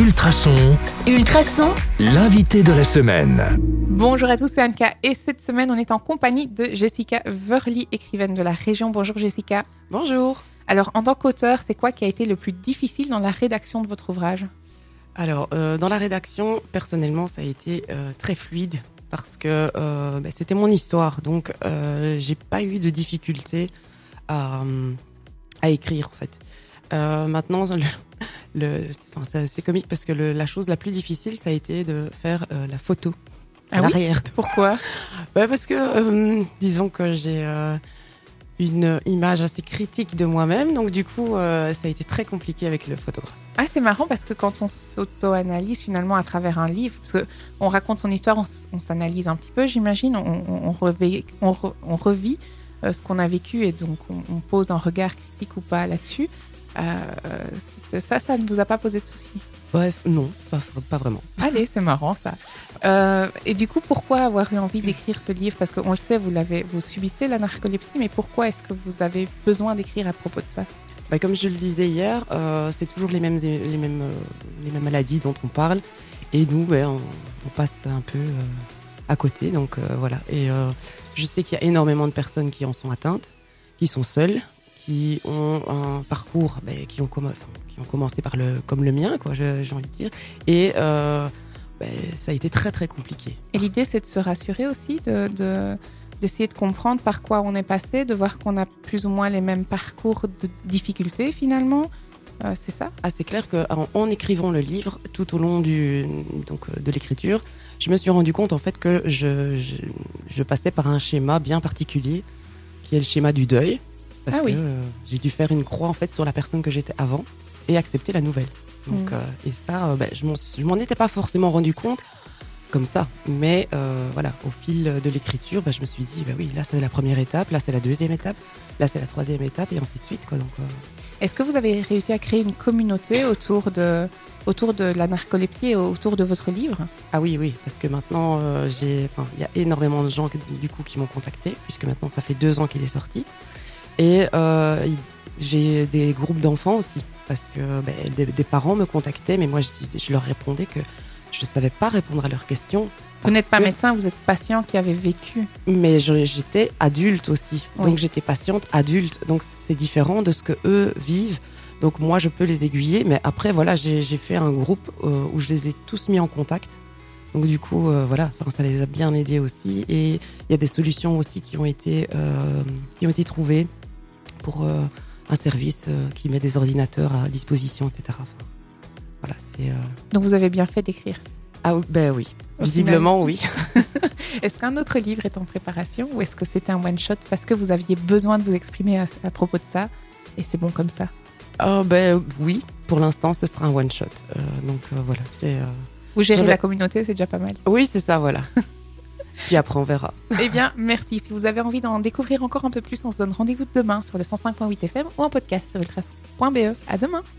Ultrason, Ultrason, l'invité de la semaine. Bonjour à tous, c'est Anka et cette semaine on est en compagnie de Jessica Verly, écrivaine de la région. Bonjour Jessica. Bonjour. Alors en tant qu'auteur, c'est quoi qui a été le plus difficile dans la rédaction de votre ouvrage ? Alors, dans la rédaction, personnellement, ça a été très fluide parce que c'était mon histoire. Donc, j'ai pas eu de difficulté à écrire, en fait. Maintenant, c'est assez comique parce que la chose la plus difficile, ça a été de faire la photo à l'arrière. Pourquoi ? Parce que, disons que j'ai une image assez critique de moi-même. Donc, du coup, ça a été très compliqué avec le photographe. Ah, c'est marrant parce que quand on s'auto-analyse finalement à travers un livre, parce qu'on raconte son histoire, on s'analyse un petit peu, j'imagine, on revit ce qu'on a vécu et donc on pose un regard critique ou pas là-dessus. Ça ne vous a pas posé de soucis ? Bref, non, pas vraiment. Allez, c'est marrant ça. Et du coup, pourquoi avoir eu envie d'écrire ce livre ? Parce qu'on le sait, vous subissez la narcolepsie, mais pourquoi est-ce que vous avez besoin d'écrire à propos de ça ? Comme je le disais hier, c'est toujours les mêmes maladies dont on parle. Et nous, on passe un peu à côté. Donc voilà. Et je sais qu'il y a énormément de personnes qui en sont atteintes, qui sont seules, qui ont un parcours qui ont commencé comme le mien, quoi, j'ai envie de dire. Et ça a été très, très compliqué. Et l'idée, c'est de se rassurer aussi, d'essayer de comprendre par quoi on est passé, de voir qu'on a plus ou moins les mêmes parcours de difficultés finalement. C'est ça ? Ah, c'est clair qu'en écrivant le livre, tout au long de l'écriture, je me suis rendu compte en fait que je passais par un schéma bien particulier, qui est le schéma du deuil, parce que j'ai dû faire une croix en fait sur la personne que j'étais avant et accepter la nouvelle. Donc, et ça, je m'en étais pas forcément rendu compte comme ça, mais voilà, au fil de l'écriture, je me suis dit, oui, là c'est la première étape, là c'est la deuxième étape, là c'est la troisième étape, et ainsi de suite, quoi. Donc, Est-ce que vous avez réussi à créer une communauté autour de la narcolepsie et autour de votre livre ? Ah oui, parce que maintenant, il y a énormément de gens du coup qui m'ont contacté, puisque maintenant ça fait 2 ans qu'il est sorti, et j'ai des groupes d'enfants aussi, parce que des parents me contactaient, mais moi je leur répondais que je ne savais pas répondre à leurs questions. Vous n'êtes pas médecin, vous êtes patient qui avait vécu. Mais j'étais adulte aussi. Oui. Donc j'étais patiente adulte. Donc c'est différent de ce que eux vivent. Donc moi je peux les aiguiller. Mais après voilà, j'ai fait un groupe où je les ai tous mis en contact. Donc du coup ça les a bien aidés aussi. Et il y a des solutions aussi qui ont été trouvées pour un service qui met des ordinateurs à disposition, etc. Voilà, Donc vous avez bien fait d'écrire. Ah oui, visiblement oui. Est-ce qu'un autre livre est en préparation ou est-ce que c'était un one-shot parce que vous aviez besoin de vous exprimer à propos de ça et c'est bon comme ça ? Oui, pour l'instant ce sera un one-shot. Voilà, c'est... Vous gérez la communauté, c'est déjà pas mal. Oui, c'est ça, voilà. Puis après on verra. Eh bien, merci. Si vous avez envie d'en découvrir encore un peu plus, on se donne rendez-vous demain sur le 105.8 FM ou en podcast sur ultrason.be. À demain.